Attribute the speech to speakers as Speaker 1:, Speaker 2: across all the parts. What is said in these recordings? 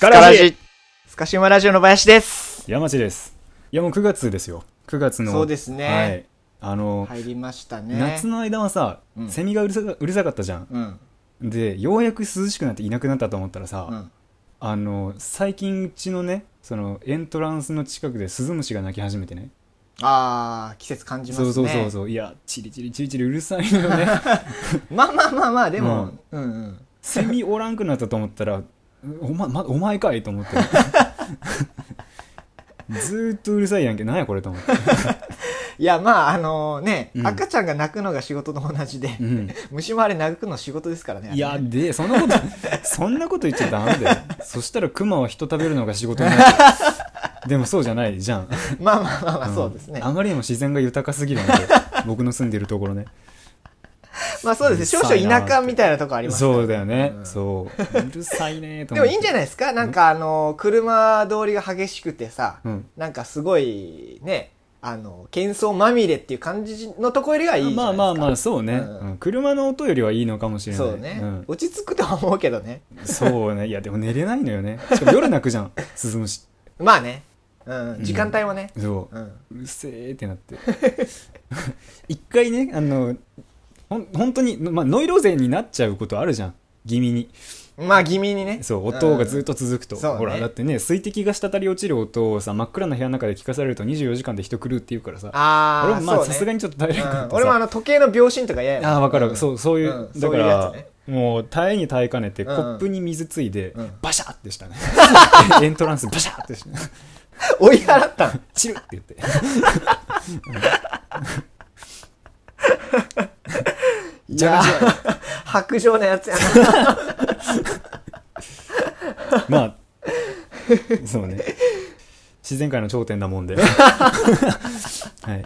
Speaker 1: からじスカシウマラジオの林です。
Speaker 2: 山地です。いやもう9月ですよ。9月の
Speaker 1: そうですね、
Speaker 2: はい、
Speaker 1: 入りましたね。
Speaker 2: 夏の間はさ、セミがうるさかったじゃん、でようやく涼しくなっていなくなったと思ったらさ、最近うちのねそのエントランスの近くでスズムシが鳴き始めてね。
Speaker 1: 季節感じますね。
Speaker 2: そういやチリチリうるさいのよね
Speaker 1: まあでも、
Speaker 2: セミおらんくなったと思ったらお前かいと思ってずーっとうるさいやんけ、なんやこれと思って
Speaker 1: いや赤ちゃんが泣くのが仕事と同じで、虫もあれ泣くの仕事ですからね。
Speaker 2: いやでそんなこと言っちゃダメだよそしたらクマは人食べるのが仕事になってでもそうじゃないじゃん
Speaker 1: まあそうですね、
Speaker 2: あまりにも自然が豊かすぎるので僕の住んでるところね
Speaker 1: そうですね、少々田舎みたいなとこありますから、ね、
Speaker 2: そうだよね、そううるさいねと思って。
Speaker 1: でもいいんじゃないですか、なんか車通りが激しくてさ、なんかすごいね喧騒まみれっていう感じのとこよりはいいじゃないですか。
Speaker 2: まあそうね、車の音よりはいいのかもしれない。
Speaker 1: そうね、落ち着くとは思うけどね。
Speaker 2: そうね、いやでも寝れないのよね。しかも夜鳴くじゃんスズムシ。
Speaker 1: まあね、時間帯もね、
Speaker 2: そう、うるせーってなって一回ね本当に、ノイローゼになっちゃうことあるじゃん、気味に。
Speaker 1: 気味にね。
Speaker 2: そう、音がずっと続くと、
Speaker 1: ほ
Speaker 2: らだってね、水滴が滴り落ちる音をさ真っ暗な部屋の中で聞かされると24時間で人来るって言うからさ、俺もさすがにちょっと耐えれなかったさ。
Speaker 1: 俺も時計の秒針とか嫌や。
Speaker 2: 分かる、そういう、だからもう耐えに耐えかねてコップに水ついでバシャーってしたねエントランスバシャーってした
Speaker 1: 追い払ったん
Speaker 2: チルって言って
Speaker 1: いや白状なやつやな
Speaker 2: まあそうね、自然界の頂点なもんではい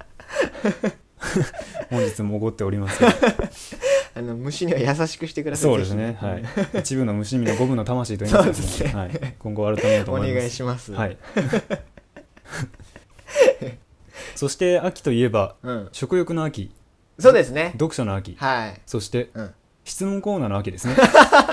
Speaker 2: 本日もおごっております
Speaker 1: 虫には優しくしてください。
Speaker 2: そうですね、はい、一部の虫見の五分の魂と言いますので、はい、今後改めようと思います。
Speaker 1: お願いします。
Speaker 2: はいそして秋といえば、食欲の秋。
Speaker 1: そうですね、
Speaker 2: 読書の秋、
Speaker 1: はい、
Speaker 2: そして、質問コーナーの秋ですね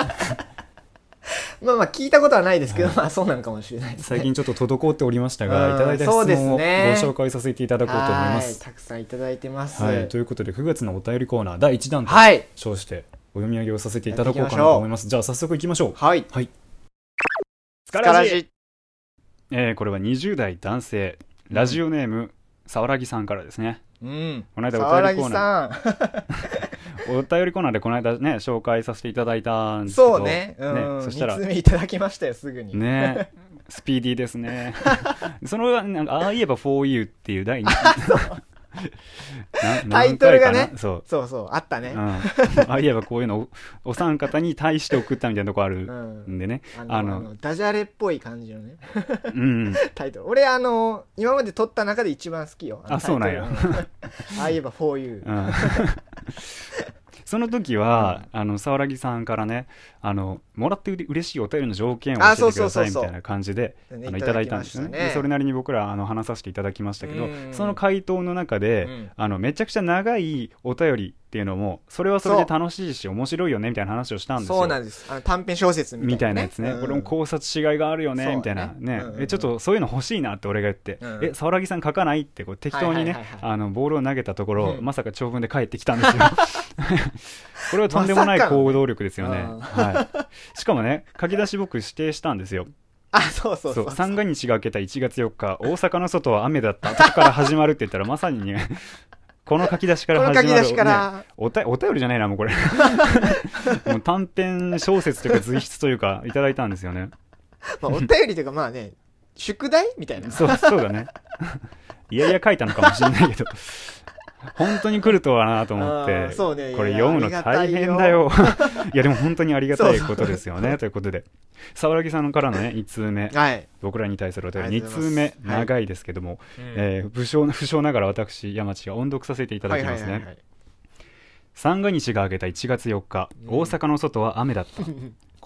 Speaker 1: 聞いたことはないですけど、そうなのかもしれないですね。
Speaker 2: 最近ちょっと滞っておりましたが、いただいた質問をご紹介させていただこうと思います。
Speaker 1: たくさんいただいてます、
Speaker 2: ということで9月のお便りコーナー第1弾と称してお読み上げをさせていただこうかなと思います。じゃあ早速いきましょう。
Speaker 1: はい、
Speaker 2: スカラジ、これは20代男性ラジオネームさわらぎさんからですね。この間お便りコーナーお便りコーナーでこの間ね紹介させていただいたんですけど、
Speaker 1: そうね、
Speaker 2: そしたら
Speaker 1: 2つ目いただきましたよ、すぐに
Speaker 2: ねスピーディーですねそのなんかああ言えば For You っていう第2
Speaker 1: タイトルがね、
Speaker 2: そう
Speaker 1: あったね、
Speaker 2: ああ言えばこういうのをお三方に対して送ったみたいなとこあるんでね、
Speaker 1: ダジャレっぽい感じのねタイトル、俺今まで撮った中で一番好きよ。
Speaker 2: そうなんや
Speaker 1: ああ言えば For You、
Speaker 2: その時は沢良さんからねもらって嬉しいお便りの条件を教えてくださいみたいな感じでいただいたんですよね。でそれなりに僕ら話させていただきましたけど、その回答の中でめちゃくちゃ長いお便りっていうのもそれはそれで楽しいし面白いよねみたいな話をしたんですよ。
Speaker 1: そうなんです、短編小説みたいな
Speaker 2: やつね。これも考察しがいがあるよねみたいなね、ちょっとそういうの欲しいなって俺が言って、沢良さん書かないってこう適当にねボールを投げたところ、まさか長文で返ってきたんですよこれはとんでもない行動力ですよね、しかもね書き出し僕指定したんですよ。
Speaker 1: そう
Speaker 2: 三が日が明けた1月4日大阪の外は雨だったとこから始まるって言ったらまさにねこの書き出しから始まる、ね、お便りじゃないなもうこれもう短編小説というか随筆というかいただいたんですよね
Speaker 1: お便りというか宿題みたいな
Speaker 2: そうだねいやいや書いたのかもしれないけど本当に来るとはなと思って、これ読むの大変だよいやでも本当にありがたいことですよねということで沢良さんからのね2通目、僕らに対するお便り2通目長いですけども、不詳ながら私山地が音読させていただきますね。三が日が明けた1月4日、大阪の外は雨だった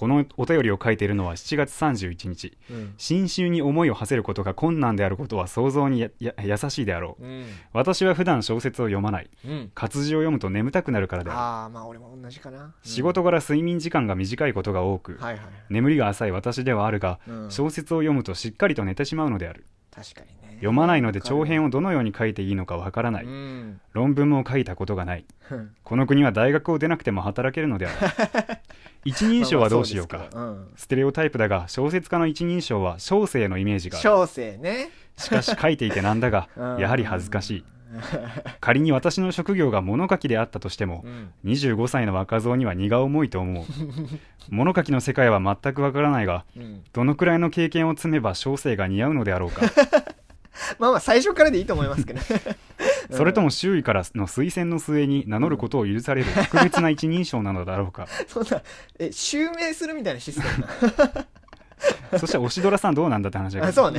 Speaker 2: このお便りを書いているのは7月31日、新春に思いを馳せることが困難であることは想像に優しいであろう、私は普段小説を読まない、活字を読むと眠たくなるからである。
Speaker 1: まあ俺も同じかな。
Speaker 2: 仕事柄睡眠時間が短いことが多く、眠りが浅い私ではあるが、小説を読むとしっかりと寝てしまうのである。
Speaker 1: 確かにね。
Speaker 2: 読まないので長編をどのように書いていいのかわからない、論文も書いたことがない、この国は大学を出なくても働けるのである。一人称はどうしようか。ステレオタイプだが小説家の一人称は小生のイメージがある。
Speaker 1: 小生ね。
Speaker 2: しかし書いていてなんだがやはり恥ずかしい。仮に私の職業が物書きであったとしても、25歳の若造には荷が重いと思う。物書きの世界は全くわからないが、どのくらいの経験を積めば小生が似合うのであろうか。
Speaker 1: まあまあ最初からでいいと思いますけど
Speaker 2: それとも周囲からの推薦の末に名乗ることを許される特別な一人称なのだろうか。
Speaker 1: そんな襲名するみたいなシステムな。
Speaker 2: そしたらおしどらさんどうなんだって話だけど。
Speaker 1: そうね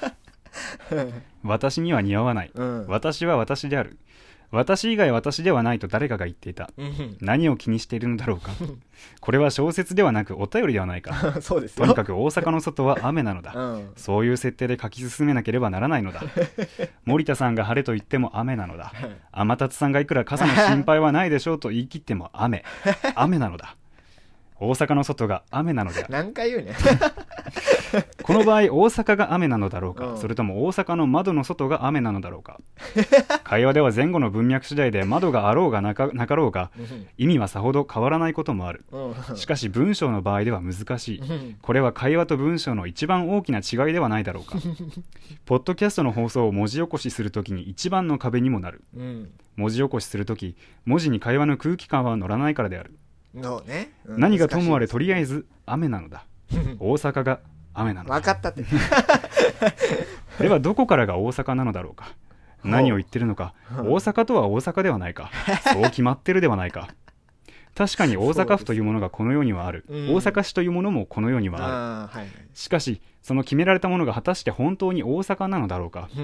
Speaker 2: 私には似合わない、私は私である。私以外私ではないと誰かが言っていた。何を気にしているのだろうか。これは小説ではなくお便りではないか。
Speaker 1: そうですよ。
Speaker 2: とにかく大阪の外は雨なのだ、そういう設定で書き進めなければならないのだ。森田さんが晴れと言っても雨なのだ。天達さんがいくら傘の心配はないでしょうと言い切っても雨なのだ。大阪の外が雨なのである。
Speaker 1: 何回言うね
Speaker 2: この場合大阪が雨なのだろうか、それとも大阪の窓の外が雨なのだろうか。会話では前後の文脈次第で窓があろうがなかろうが意味はさほど変わらないこともある。しかし文章の場合では難しい。これは会話と文章の一番大きな違いではないだろうか。ポッドキャストの放送を文字起こしするときに一番の壁にもなる。文字起こしするとき文字に会話の空気感は乗らないからである。何がともあれとりあえず雨なのだ。大阪が雨なのだ。
Speaker 1: 分かったって
Speaker 2: ではどこからが大阪なのだろうか。何を言ってるのか。大阪とは大阪ではないか。そう決まってるではないか。確かに大阪府というものがこの世にはある、大阪市というものもこの世にはある。しかしその決められたものが果たして本当に大阪なのだろうか。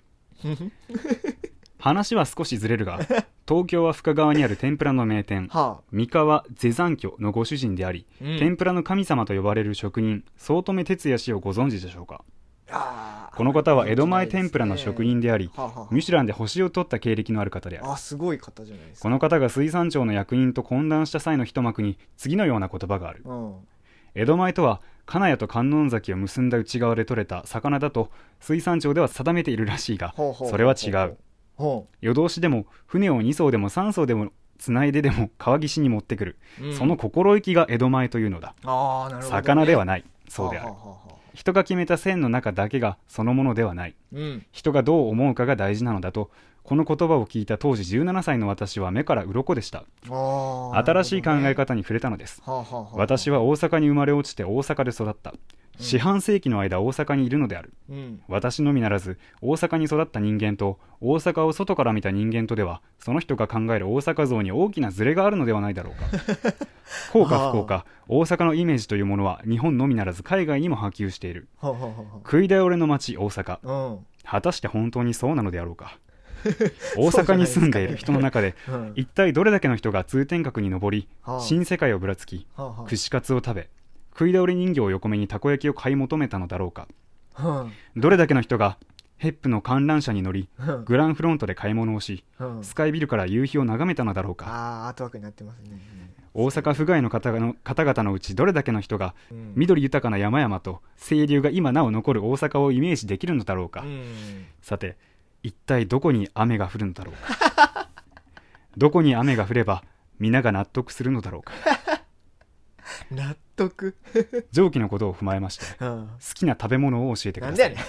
Speaker 2: 話は少しずれるが東京は深川にある天ぷらの名店、三河ゼ山居のご主人であり、天ぷらの神様と呼ばれる職人早乙女哲也氏をご存知でしょうか。この方は江戸前天ぷらの職人であり、ミシュランで星を取った経歴のある方である。
Speaker 1: すごい方じゃないですか。
Speaker 2: この方が水産庁の役人と懇談した際の一幕に次のような言葉がある。江戸前とは金谷と観音崎を結んだ内側で取れた魚だと水産庁では定めているらしいが、それは違う。夜通しでも船を2艘でも3艘でもつないででも川岸に持ってくる、その心意気が江戸前というのだ。魚ではない。そうである。人が決めた線の中だけがそのものではない、人がどう思うかが大事なのだと、この言葉を聞いた当時17歳の私は目から鱗でした。新しい考え方に触れたのです。私は大阪に生まれ落ちて大阪で育った。四半世紀の間大阪にいるのである、私のみならず大阪に育った人間と大阪を外から見た人間とではその人が考える大阪像に大きなズレがあるのではないだろうか。こうか不幸か大阪のイメージというものは日本のみならず海外にも波及している。食い倒れの街大阪、果たして本当にそうなのであろうか。大阪に住んでいる人の中で一体どれだけの人が通天閣に登り、新世界をぶらつき、串カツを食べ、食い倒れ人形を横目にたこ焼きを買い求めたのだろうか。どれだけの人がヘップの観覧車に乗り、グランフロントで買い物をし、スカイビルから夕日を眺めたのだろうか。
Speaker 1: アートワークになってますね。
Speaker 2: 大阪府外の方々のうちどれだけの人が、緑豊かな山々と清流が今なお残る大阪をイメージできるのだろうか。さて一体どこに雨が降るのだろうか。どこに雨が降れば皆が納得するのだろうか。
Speaker 1: 納得
Speaker 2: 上記のことを踏まえまして、好きな食べ物を教えてください。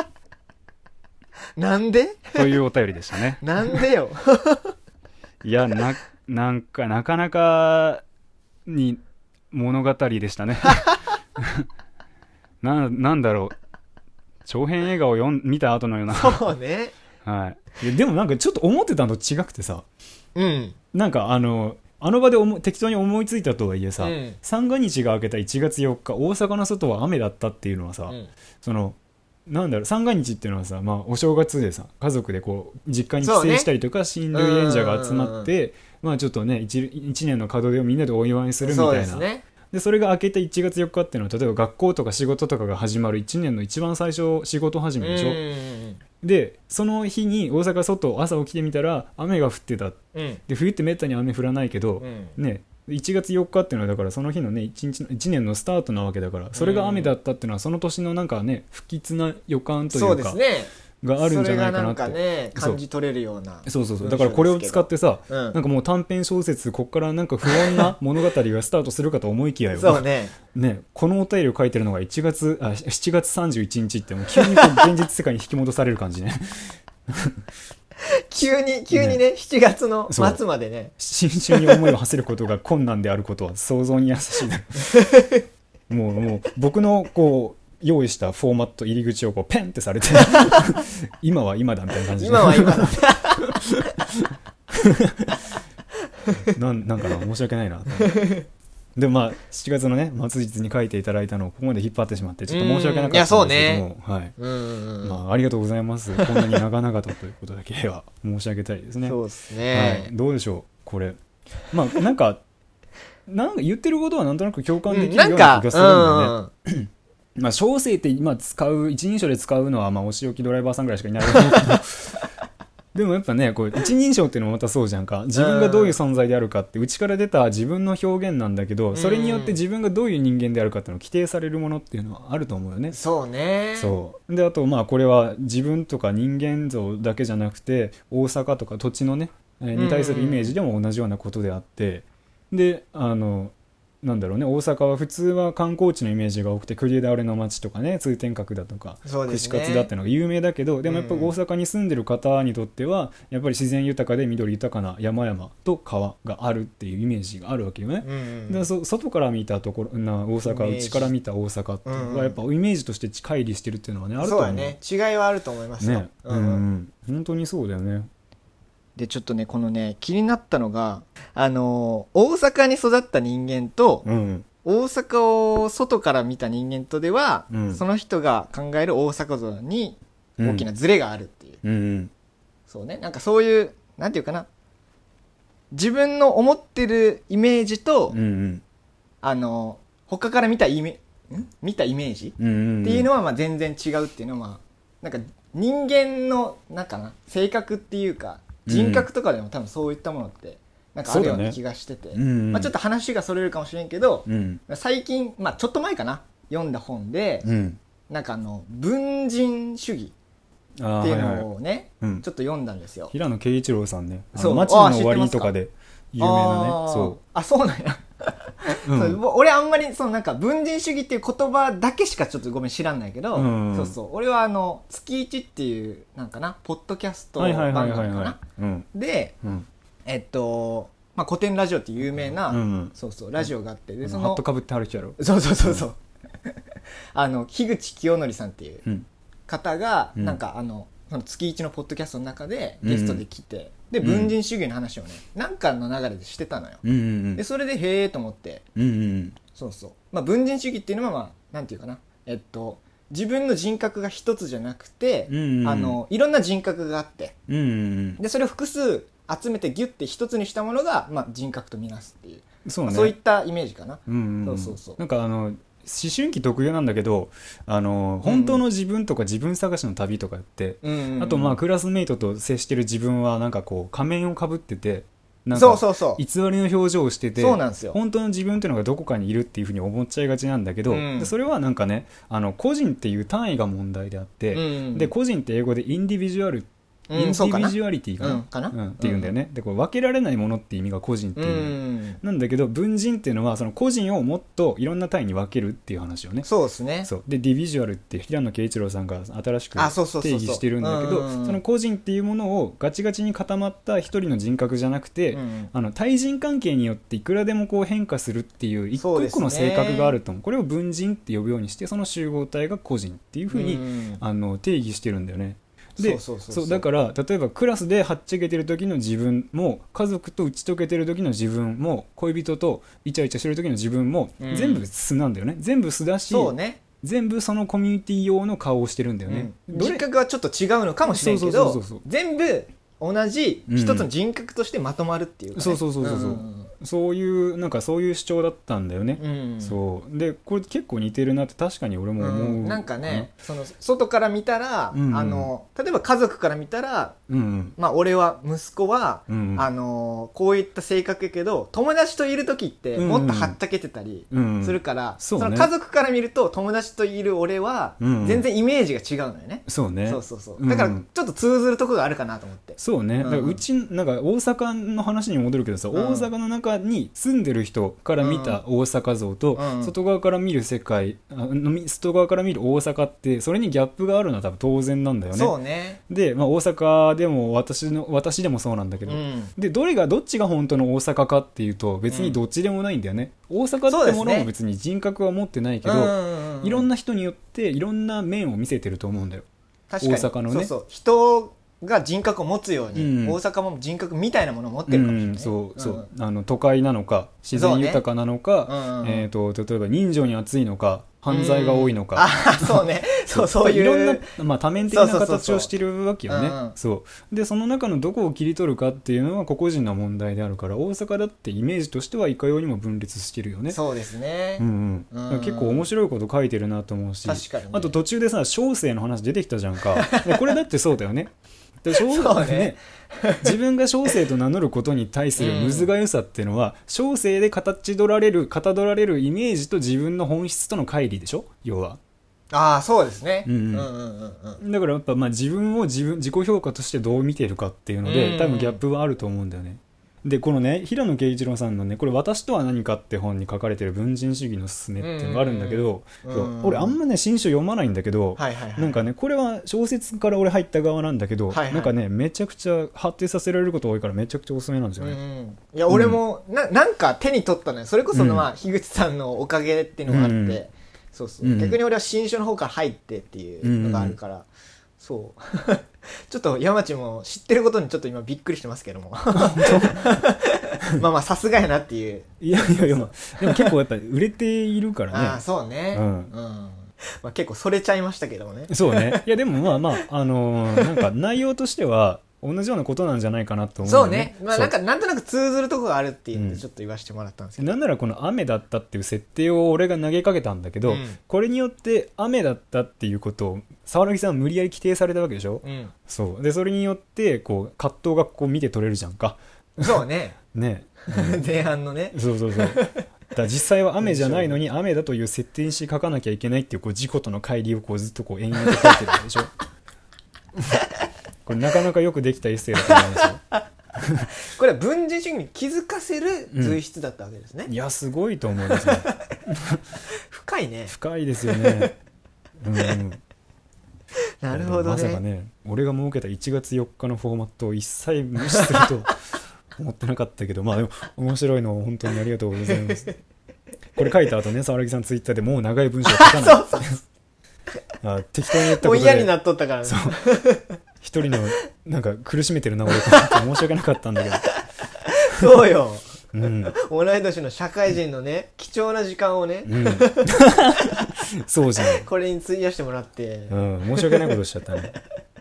Speaker 1: なんで
Speaker 2: というお便りでしたね。
Speaker 1: なんでよ。
Speaker 2: いやなかなかに物語でしたね。なんだろう、長編映画を見た後のような。
Speaker 1: そうね。
Speaker 2: はい。
Speaker 3: でもなんかちょっと思ってたのと違くてさ、なんかあの場で適当に思いついたとはいえさ、三が日が明けた1月4日大阪の外は雨だったっていうのはさ、そのなんだろう、三が日っていうのはさ、お正月でさ家族でこう実家に帰省したりとか、親類縁者が集まって、ちょっとね 1年の門出をみんなでお祝いするみたいなでそれが明けた1月4日っていうのは例えば学校とか仕事とかが始まる1年の一番最初仕事始めでしょ。でその日に大阪外朝起きてみたら雨が降ってた、で冬ってめったに雨降らないけど、ね1月4日っていうのはだからその日のね1年のスタートなわけだから、それが雨だったっていうのはその年のなんかね不吉な予感というか、そうですね、があるんじゃないかなって、それがなんかね
Speaker 1: 感じ取れるような、
Speaker 3: そうだからこれを使ってさ、なんかもう短編小説こっからなんか不穏な物語がスタートするかと思いきやよ
Speaker 1: そうね
Speaker 3: このお便りを書いてるのが7月31日ってもう急に現実世界に引き戻される感じね
Speaker 1: 急にね7月の末までね
Speaker 3: 新春に思いを馳せることが困難であることは想像に優しいもう僕のこう用意したフォーマット入り口をこうペンってされて今は今だみたいな感じで
Speaker 1: 今は今だ
Speaker 3: なんかな申し訳ないなでもまあ7月のね末日に書いていただいたのをここまで引っ張ってしまってちょっと申し訳なかったんですけども、はい、まあ、ありがとうございます。こんなに長々とということだけは申し上げたいですね。
Speaker 1: そうですね、
Speaker 3: はい、どうでしょうこれ。まあなんか言ってることはなんとなく共感できるような気がするんだよね。まあ小生って今使う一人称で使うのはまあお仕置きドライバーさんぐらいしかいないけどでもやっぱねこう一人称っていうのもまたそうじゃんか。自分がどういう存在であるかって内から出た自分の表現なんだけど、それによって自分がどういう人間であるかっていうのを規定されるものっていうのはあると思うよね。
Speaker 1: そうね。
Speaker 3: そうであとまあこれは自分とか人間像だけじゃなくて大阪とか土地のねに対するイメージでも同じようなことであって、でなんだろうね、大阪は普通は観光地のイメージが多くてクリエダーレの街とかね通天閣だとか、串カツだってのが有名だけど、でもやっぱ大阪に住んでる方にとってはやっぱり自然豊かで緑豊かな山々と川があるっていうイメージがあるわけよね、で外から見たところ大阪、内から見た大阪っていうのはやっぱイメージとして乖離してるっていうのはねあると思う。
Speaker 1: そうだね、違いはあると思いますよ、
Speaker 3: ね、本当にそうだよね。
Speaker 1: でちょっとねこのね気になったのが大阪に育った人間と、大阪を外から見た人間とでは、その人が考える大阪像に大きなズレがあるっていう、そうね、なんかそういうなんていうかな、自分の思ってるイメージと、他から見たイメージ、っていうのはまあ全然違うっていうのは、まあ、なんか人間のなんかな性格っていうか人格とかでも多分そういったものってなんかあるような気がしてて、まあ、ちょっと話がそれるかもしれんけど、最近、まあ、ちょっと前かな読んだ本で、なんか文人主義っていうのをね、ちょっと読んだんですよ。
Speaker 3: 平野啓一郎さんね、街の終わりとかで有名なね。
Speaker 1: そうなんや俺あんまりなんか文人主義っていう言葉だけしかちょっとごめん知らんないけど、俺は月一っていうなんかなポッドキャスト番組かなで、まあ、古典ラジオって有名な、ラジオがあって、で
Speaker 3: ハットかぶってはる人やろ。
Speaker 1: そう樋口清則さんっていう方が、なんかその月一のポッドキャストの中でゲストで来て、で文人主義の話をねなんかの流れでしてたのよ、でそれでへえと思って、まあ、文人主義っていうのはまあなんていうかな、自分の人格が一つじゃなくて、いろんな人格があって、でそれを複数集めてギュッて一つにしたものが、まあ、人格とみなすっていう、そういったイメージかな。
Speaker 3: なんか思春期特有なんだけど本当の自分とか自分探しの旅とかって、あとまあクラスメイトと接してる自分はなんかこう仮面をかぶっててなんか偽りの表情をしてて、本当の自分っていうのがどこかにいるっていうふうに思っちゃいがちなんだけど、でそれはなんかね個人っていう単位が問題であって、で個人って英語でインディビジュアルインディビジュアリティかな、っていうんだよね。でこれ分けられないものって意味が個人っていうなんだけど、文人っていうのはその個人をもっといろんな単位に分けるっていう話をね。
Speaker 1: そうですね。
Speaker 3: でディビジュアルって平野啓一郎さんが新しく定義してるんだけど、その個人っていうものをガチガチに固まった一人の人格じゃなくて、対人関係によっていくらでもこう変化するっていう一個一個の性格があると思う。これを文人って呼ぶようにして、その集合体が個人っていうふうに定義してるんだよね。でだから例えばクラスではっちゃけてる時の自分も、家族と打ち解けてる時の自分も、恋人とイチャイチャしてる時の自分も、全部素なんだよね。全部素だし、全部そのコミュニティ用の顔をしてるんだよね、
Speaker 1: 人格はちょっと違うのかもしれないけど、全部同じ一つの人格としてまとまるっていうか、ね、
Speaker 3: そうそういうなんかそういう主張だったんだよね、うん、そうでこれ結構似てるなって確かに俺も思う、
Speaker 1: うん、なんかねその外から見たら、うんうん、例えば家族から見たら、うんうん、まあ俺は息子は、うんうん、こういった性格やけど友達といる時ってもっとはっちゃけてたりするから、うんうん、その家族から見ると友達といる俺は全然イメージが違うのよね、
Speaker 3: そうね、
Speaker 1: そうだからちょっと通ずるところがあるかなと思って、
Speaker 3: そうね、だからうちなんか大阪の話に戻るけどさ、うん、大阪の中に住んでる人から見た大阪像と、うん、外側から見る世界、外側から見る大阪ってそれにギャップがあるのは多分当然なんだよね。
Speaker 1: そうね。
Speaker 3: で、まあ、大阪でも私でもそうなんだけど、うん、でどっちが本当の大阪かっていうと別にどっちでもないんだよね、うん、大阪ってものも別に人格は持ってないけど、いろんな人によっていろんな面を見せてると思うんだよ。
Speaker 1: 確かに
Speaker 3: 大阪のね、
Speaker 1: そう人が人格を持つように、うん、大阪も人格みたいなものを持ってるかもしれない、うん、
Speaker 3: そう都会なのか自然豊かなのか、ね、例えば人情に厚いのか犯罪が多いのか、
Speaker 1: そうねそういう
Speaker 3: いろんな、まあ、多面的な形をしてるわけよね。そうでその中のどこを切り取るかっていうのは個々人の問題であるから、大阪だってイメージとしてはいかようにも分裂してるよね。
Speaker 1: そうですね、
Speaker 3: うんうん、結構面白いこと書いてるなと思うし、
Speaker 1: 確かに、ね、
Speaker 3: あと途中でさ小生の話出てきたじゃんかこれだってそうだよね
Speaker 1: そうね
Speaker 3: 自分が小生と名乗ることに対するむずがゆさっていうのは、小生でかたどられるイメージと自分の本質との乖離でしょ、要は。
Speaker 1: ああそうですね、
Speaker 3: だからやっぱまあ自分を自己評価としてどう見ているかっていうので、多分ギャップはあると思うんだよね。でこのね平野啓一郎さんのねこれ私とは何かって本に書かれてる文人主義のすすめっていうのがあるんだけど、俺あんまね新書読まないんだけど、なんかねこれは小説から俺入った側なんだけど、なんかねめちゃくちゃ発展させられること多いからめちゃくちゃおすすめなんですよね。
Speaker 1: いや俺もなんか手に取ったのよ、それこそまあ樋口さんのおかげっていうのがあって、そう逆に俺は新書の方から入ってっていうのがあるから、そうちょっと山地も知ってることにちょっと今びっくりしてますけどもまあさすがやなっていう。
Speaker 3: いやでも結構やっぱり売れているからね。
Speaker 1: そうね、まあ、結構それちゃいましたけどもね。
Speaker 3: そうね。いやでもまあなんか内容としては同じようなことなんじゃないかなと思う、
Speaker 1: そうね、まあ、なんとなく通ずるところがあるっていうんでちょっと言わせてもらったんですけど、
Speaker 3: なんならこの雨だったっていう設定を俺が投げかけたんだけど、これによって雨だったっていうことを沢木さんは無理やり規定されたわけでしょ、そうでそれによってこう葛藤がこう見て取れるじゃんか。
Speaker 1: そうね
Speaker 3: ね、
Speaker 1: 前半のね、
Speaker 3: そうだ実際は雨じゃないのに雨だという設定にして書かなきゃいけないっていうこう自己との乖離をこうずっとこう延々と書いてるわけでしょこれなかなかよくできたエッセイだと思いますよ
Speaker 1: これは文人主義に気づかせる随筆だったわけですね、
Speaker 3: いやすごいと思いますね
Speaker 1: 深いね。
Speaker 3: 深いですよね
Speaker 1: なるほどね。
Speaker 3: まさかね俺が設けた1月4日のフォーマットを一切無視すると思ってなかったけど、まあでも面白いのを本当にありがとうございますこれ書いた後ね沢木さんツイッターでもう長い文章書かないそう適当に言ったことで
Speaker 1: もう嫌になっとったからね。
Speaker 3: 一人のなんか苦しめてるな俺と思って申し訳なかったんだけど
Speaker 1: そうよ、同い年の社会人のね貴重な時間をね、
Speaker 3: そうじゃん、
Speaker 1: これに費やしてもらって、
Speaker 3: 申し訳ないことしちゃったね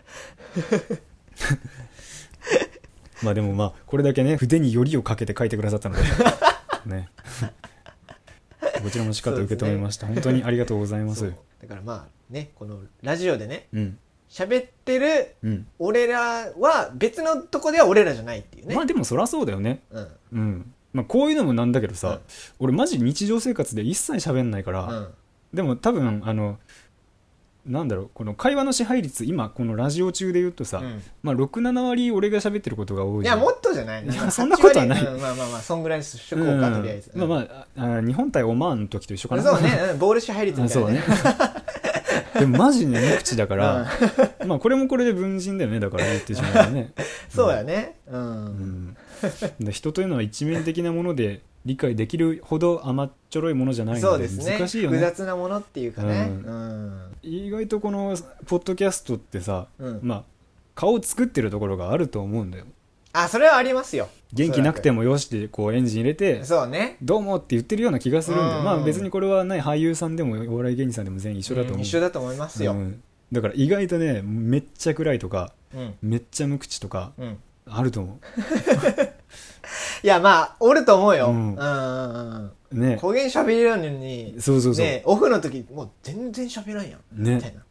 Speaker 3: まあでもまあこれだけね筆によりをかけて書いてくださったのでねこちらもしっかりと受け止めました、本当にありがとうございます。
Speaker 1: だからまあねこのラジオでね、喋ってる俺らは別のとこでは俺らじゃないっていうね。
Speaker 3: まあでもそりゃそうだよね。まあ、こういうのもなんだけどさ、俺マジ日常生活で一切喋んないから、でも多分なんだろうこの会話の支配率今このラジオ中で言うとさ、まあ 6,7 割俺が喋ってることが多い。
Speaker 1: いやもっとじゃない、
Speaker 3: そんなことはない、
Speaker 1: まあそんぐらいにしとこうか、とりあえず。
Speaker 3: まあ日本対オマーンの時と一緒かな。
Speaker 1: そうね、ボール支配率みたいなね。
Speaker 3: でもマジね無口だから、まあこれもこれで文人だよね、だから言ってしまうよね
Speaker 1: そうやね、
Speaker 3: 人というのは一面的なもので理解できるほど甘っちょろいものじゃないので難しいよね。
Speaker 1: 複雑なものっていうかね、
Speaker 3: 意外とこのポッドキャストってさ、まあ顔作ってるところがあると思うんだよ。
Speaker 1: それはありますよ。
Speaker 3: 元気なくてもよしってこうエンジン入れて、
Speaker 1: そうね、
Speaker 3: どうもって言ってるような気がするんだよ。まあ別にこれはない俳優さんでもお笑い芸人さんでも全員一緒だと思う。
Speaker 1: 一緒だと思いますよ。
Speaker 3: だから意外とねめっちゃ暗いとか、めっちゃ無口とか、あると思う。
Speaker 1: いやまあおると思うよ。ね、公言喋れるのに、
Speaker 3: そう、
Speaker 1: ね、オフの時もう全然喋らんやん、ね、みたいな。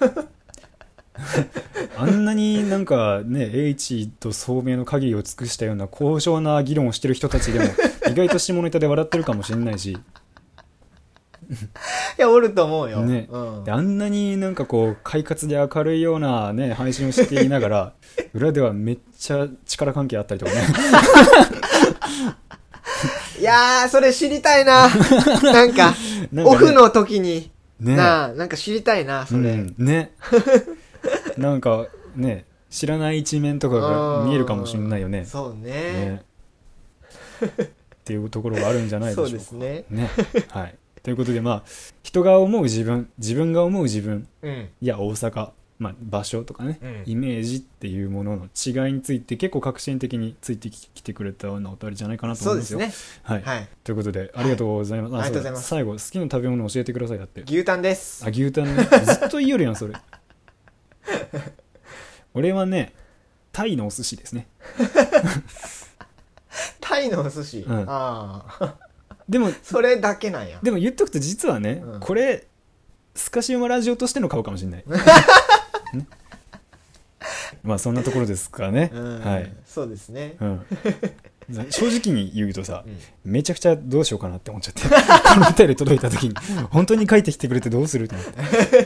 Speaker 3: あんなになんかね H と聡明の限りを尽くしたような高尚な議論をしてる人たちでも意外と下ネタで笑ってるかもしれないし。
Speaker 1: いやおると思うよ、
Speaker 3: ね、であんなになんかこう快活で明るいような、ね、配信をしていながら裏ではめっちゃ力関係あったりとかね。
Speaker 1: いやーそれ知りたいな。なんかオフの時に、ね、なんか知りたいなそれ、
Speaker 3: ね。なんかね知らない一面とかが見えるかもしれないよね。
Speaker 1: そう ね
Speaker 3: っていうところがあるんじゃないでしょうか。
Speaker 1: そうですね。
Speaker 3: ね、はい。ということで人が思う自分が思う自分、いや大阪、場所とかね、イメージっていうものの違いについて結構革新的についてきてくれたようなお便りじゃないかなと思うんですよ。そうですね。はい。ということでありがとうございます。ありがとうございます。最後好きな食べ物教えてください。だって
Speaker 1: 牛タンです。
Speaker 3: 牛タンね。ずっと言いよるやんそれ。俺はねタイのお寿司ですね。
Speaker 1: タイのお寿司、ああ。
Speaker 3: でも
Speaker 1: それだけなんや。
Speaker 3: でも言っとくと実はね、これスカシウマラジオとしての顔かもしれない。そんなところですかね。はい。
Speaker 1: そうですね。
Speaker 3: 正直に言うとさ、めちゃくちゃどうしようかなって思っちゃって、このお便り届いた時に本当に書いてきてくれてどうするって思って。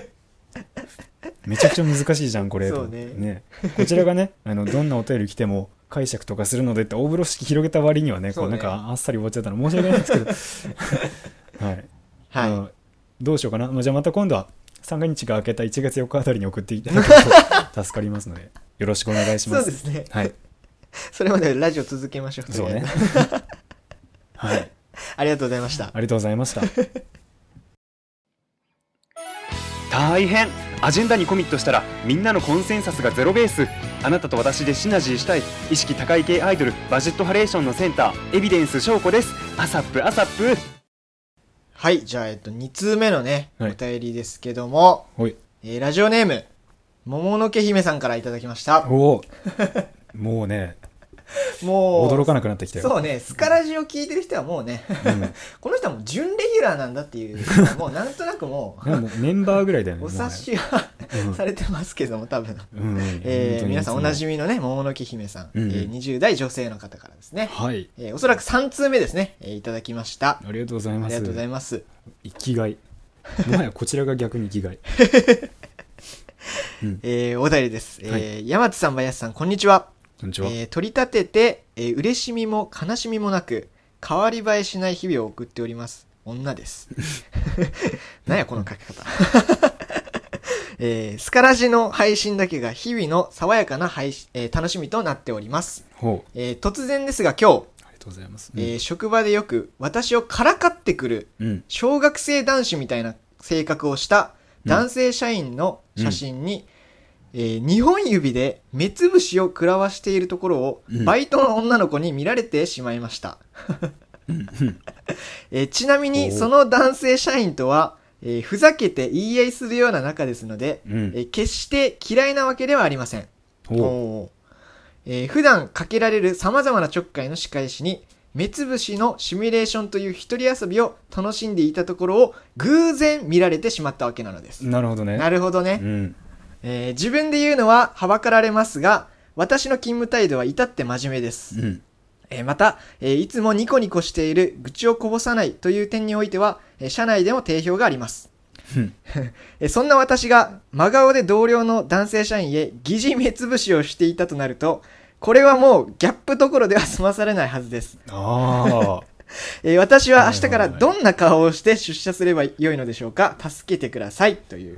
Speaker 3: めちゃくちゃ難しいじゃんこれ。
Speaker 1: そうね。
Speaker 3: こちらがねどんなお便り来ても解釈とかするのでって大風呂敷広げた割にはね、こうなんかあっさり終わっちゃったの申し訳ないんですけどはい、どうしようかな。じゃあまた今度は三が日が明けた1月4日あたりに送っていただけると助かりますのでよろしくお願いします。
Speaker 1: そうですね。
Speaker 3: はい。
Speaker 1: それまでラジオ続けましょう。
Speaker 3: そうね。はい。
Speaker 1: ありがとうございました。
Speaker 3: ありがとうございました。
Speaker 2: 大変。アジェンダにコミットしたらみんなのコンセンサスがゼロベース。あなたと私でシナジーしたい意識高い系アイドルバジェットハレーションのセンターエビデンス翔子です。アサップアサップ。
Speaker 1: はい、じゃあ2通目のね、お便りですけども、ラジオネームもものけ姫さんからいただきました。
Speaker 3: もうねもう驚かなくなってきたよ。
Speaker 1: そうね、スカラジを聞いてる人はもうね、この人はもう準レギュラーなんだっていう、もうなんとなくもう
Speaker 3: メンバーぐらいだよね。
Speaker 1: お察しはされてますけども、多分、皆さんおなじみのね、もものけ姫さん、20代女性の方からですね、おそらく3通目ですね、いただきました。
Speaker 3: ありがとうございます。
Speaker 1: ありがとうございます。
Speaker 3: 生きがい、もはやこちらが逆に生きがい。
Speaker 1: お便りです。山津さん、林さん、こんにちは。取り立てて、嬉しみも悲しみもなく変わり映えしない日々を送っております女です。なんやこの書き方。スカラジの配信だけが日々の爽やかな楽しみとなっております。突然ですが今日、
Speaker 3: ありがとうございます。
Speaker 1: 職場でよく私をからかってくる、小学生男子みたいな性格をした男性社員の写真に、2本指で目つぶしを食らわしているところをバイトの女の子に見られてしまいました。ちなみにその男性社員とは、ふざけて言い合いするような仲ですので、決して嫌いなわけではありません。普段かけられる様々なちょっかいの仕返しに目つぶしのシミュレーションという一人遊びを楽しんでいたところを偶然見られてしまったわけなのです。
Speaker 3: なるほどね。
Speaker 1: なるほどね。自分で言うのははばかられますが、私の勤務態度は至って真面目です。また、いつもニコニコしている、愚痴をこぼさないという点においては、社内でも定評があります。そんな私が真顔で同僚の男性社員へ疑似目つぶしをしていたとなると、これはもうギャップどころでは済まされないはずです。私は明日からどんな顔をして出社すればよいのでしょうか。助けてくださいという。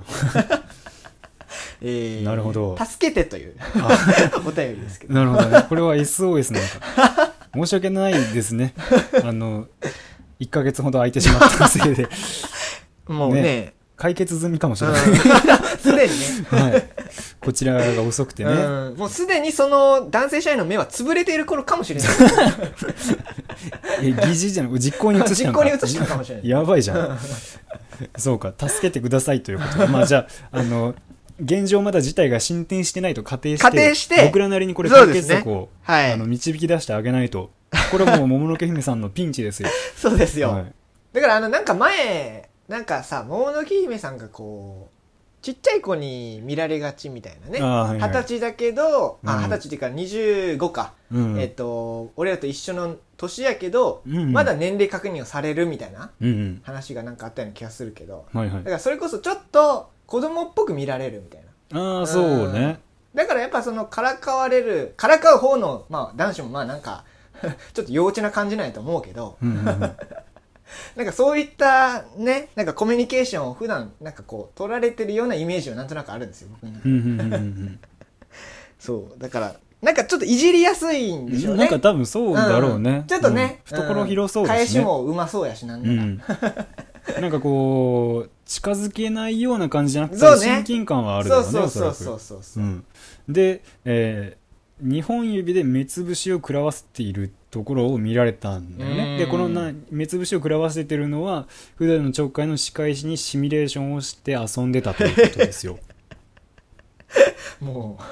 Speaker 3: なるほど。
Speaker 1: 助けてというお便りですけど。
Speaker 3: なるほどね。これは SOS なんか。申し訳ないですね。1ヶ月ほど空いてしまったせいで。
Speaker 1: もうね。
Speaker 3: 解決済みかもしれない。
Speaker 1: すでにね。
Speaker 3: こちらが遅くてね。
Speaker 1: もうすでにその男性社員の目は潰れている頃かもしれない。
Speaker 3: 疑似じゃなく実行に移したのか。
Speaker 1: 実行に移したかもしれない。
Speaker 3: やばいじゃん。そうか、助けてくださいということで。じゃあ、現状まだ事態が進展してないと仮定して僕らなりにこれ解決策を、導き出してあげないと、ここれも桃の毛姫さんのピンチですよ。
Speaker 1: そうですよ、はい、だからなんか前なんかさ桃の毛姫さんがこうちっちゃい子に見られがちみたいなね、はいはい、20歳だけど、20歳っていうか25か、うん、俺らと一緒の年やけど、うんうん、まだ年齢確認をされるみたいな話がなんかあったような気がするけど、はいはい、だからそれこそちょっと子供っぽく見られるみたいな。
Speaker 3: ああそうね。
Speaker 1: だからやっぱそのからかう方の、まあ、男子もまあなんかちょっと幼稚な感じなんやと思うけど、うんうんうんなんかそういったね、なんかコミュニケーションを普段なんかこう取られてるようなイメージはなんとなくあるんですよ、僕に。そうだからなんかちょっといじりやすいんでしょうね。
Speaker 3: なんか多分そうだろうね。
Speaker 1: ちょっとね、
Speaker 3: 懐広そうですね。
Speaker 1: 返しもうまそうやしなんな
Speaker 3: ら。なんかこう近づけないような感じじゃなくて、親近感はあるだろうね。そうで、2本指で目つぶしを食らわせているところを見られたんだよね。でこの目つぶしを食らわせてるのは普段のちょっかいの仕返しにシミュレーションをして遊んでたということですよ。
Speaker 1: も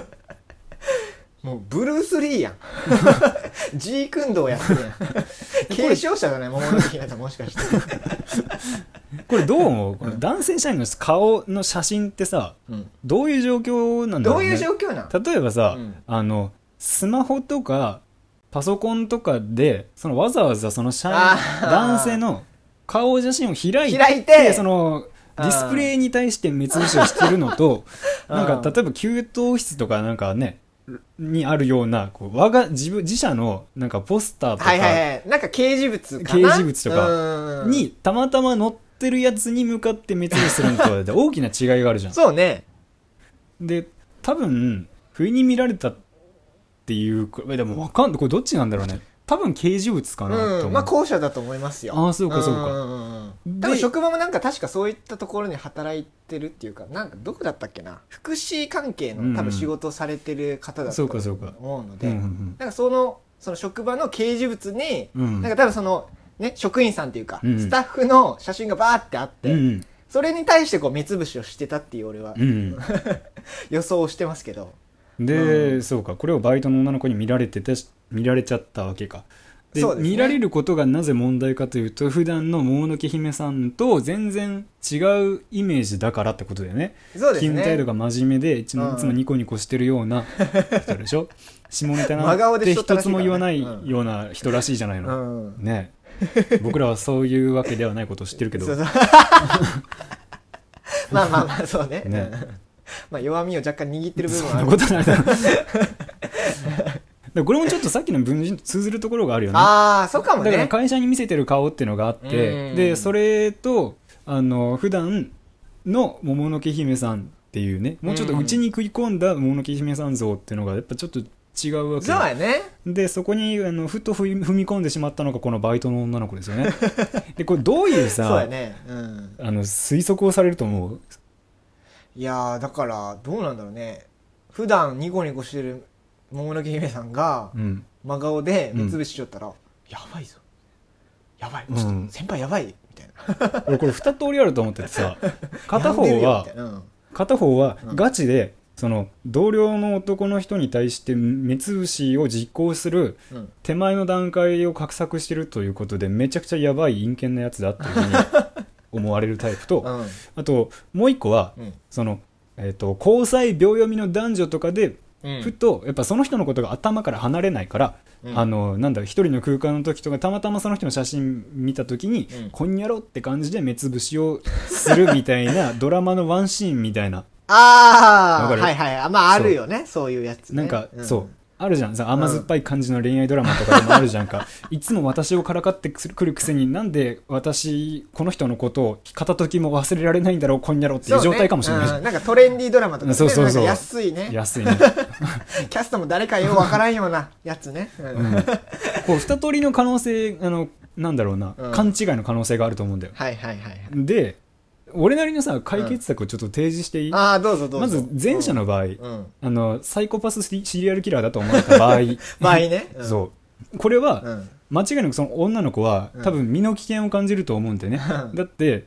Speaker 1: うブルース・リーやん。ジークンドーやってるやん。継承者だね、桃の木だともしかして。
Speaker 3: これどう思う？この男性社員の顔の写真ってさ、どういう状況なんだろうね。
Speaker 1: どういう状況なん？
Speaker 3: 例えばさ、スマホとかパソコンとかでわざわざその男性の顔写真を開いてそのディスプレイに対して目つぶしをしてるのとなんか例えば給湯室とかなんかねにあるようなこう自社のなんかポスターとか、
Speaker 1: はいはいはい、なんか掲示物
Speaker 3: とかにたまたま載ってるやつに向かって目つぶしするのと大きな違いがあるじゃん。
Speaker 1: そうね。
Speaker 3: で多分不意に見られたっていうでも分かんない、これどっちなんだろうね。多分掲示物かなと思う。
Speaker 1: まあ後者だと思いますよ。
Speaker 3: ああそうかそうか。
Speaker 1: 多分職場もなんか確かそういったところに働いてるっていうか、なんかどこだったっけな、福祉関係の多分仕事をされてる方だと思うので、なんかその職場の掲示物に、なんか多分そのね職員さんっていうか、スタッフの写真がバーってあって、それに対してこう目つぶしをしてたっていう俺は、予想をしてますけど。
Speaker 3: で、そうか、これをバイトの女の子に見られちゃったわけか。で、ね、見られることがなぜ問題かというと、普段の桃の毛姫さんと全然違うイメージだからってことだよね。
Speaker 1: そうですね。
Speaker 3: 勤務態度が真面目でいつもニコニコしてるような人でしょ。下ネタなんて一つも言わないような人らしいじゃないの、ね。僕らはそういうわけではないことを知ってるけど。
Speaker 1: まあそうね。まあ弱みを若干握ってる部分はある。
Speaker 3: そんなことないだろう。これもちょっとさっきの文人と通ずるところがあるよね。
Speaker 1: ああ、そうかもね。
Speaker 3: だから会社に見せてる顔っていうのがあって、でそれと普段の桃の毛姫さんっていうね、もうちょっと内に食い込んだ桃の毛姫さん像っていうのがやっぱちょっと違うわけ。
Speaker 1: そうやね。
Speaker 3: でそこにふと踏み込んでしまったのがこのバイトの女の子ですよね。でこれどういうさ、
Speaker 1: そうやね、
Speaker 3: 推測をされると思う？
Speaker 1: いやーだからどうなんだろうね。普段ニコニコしてる桃の毛姫さんが真顔で目つぶししよったら、やばいぞ、やばい、ちょっと先輩やばいみたいな。
Speaker 3: 俺これ2通りあると思っててさ、片方はガチでその同僚の男の人に対して目つぶしを実行する手前の段階を画策してるということで、めちゃくちゃやばい陰険なやつだっていうふうに思われるタイプと、あともう一個は、その交際秒読みの男女とかで、ふとやっぱその人のことが頭から離れないから、なんだ一人の空間の時とかたまたまその人の写真見た時に、こんにゃろって感じで目つぶしをするみたいなドラマのワンシーンみたいな。
Speaker 1: ああ、はいはい。まああるよね、そういうやつね。
Speaker 3: なんか、そうあるじゃん、甘酸っぱい感じの恋愛ドラマとかでもあるじゃんか。いつも私をからかってくるくせに、なんで私この人のことを片時も忘れられないんだろうこんにゃろっていう状態かもしれない、
Speaker 1: なんかトレンディードラマとかね、
Speaker 3: そう
Speaker 1: なんか安いね
Speaker 3: キャ
Speaker 1: ストも誰かようわからんようなやつね、
Speaker 3: こう二通りの可能性、なんだろうな、勘違いの可能性があると思うんだよ。
Speaker 1: はいはいはい。
Speaker 3: で俺なりのさ解決策をちょっと提示していい？
Speaker 1: どうぞ。
Speaker 3: まず前者の場合、サイコパスシリアルキラーだと思われた場合
Speaker 1: ね、
Speaker 3: そうこれは、間違いなくその女の子は多分身の危険を感じると思うんでね、だって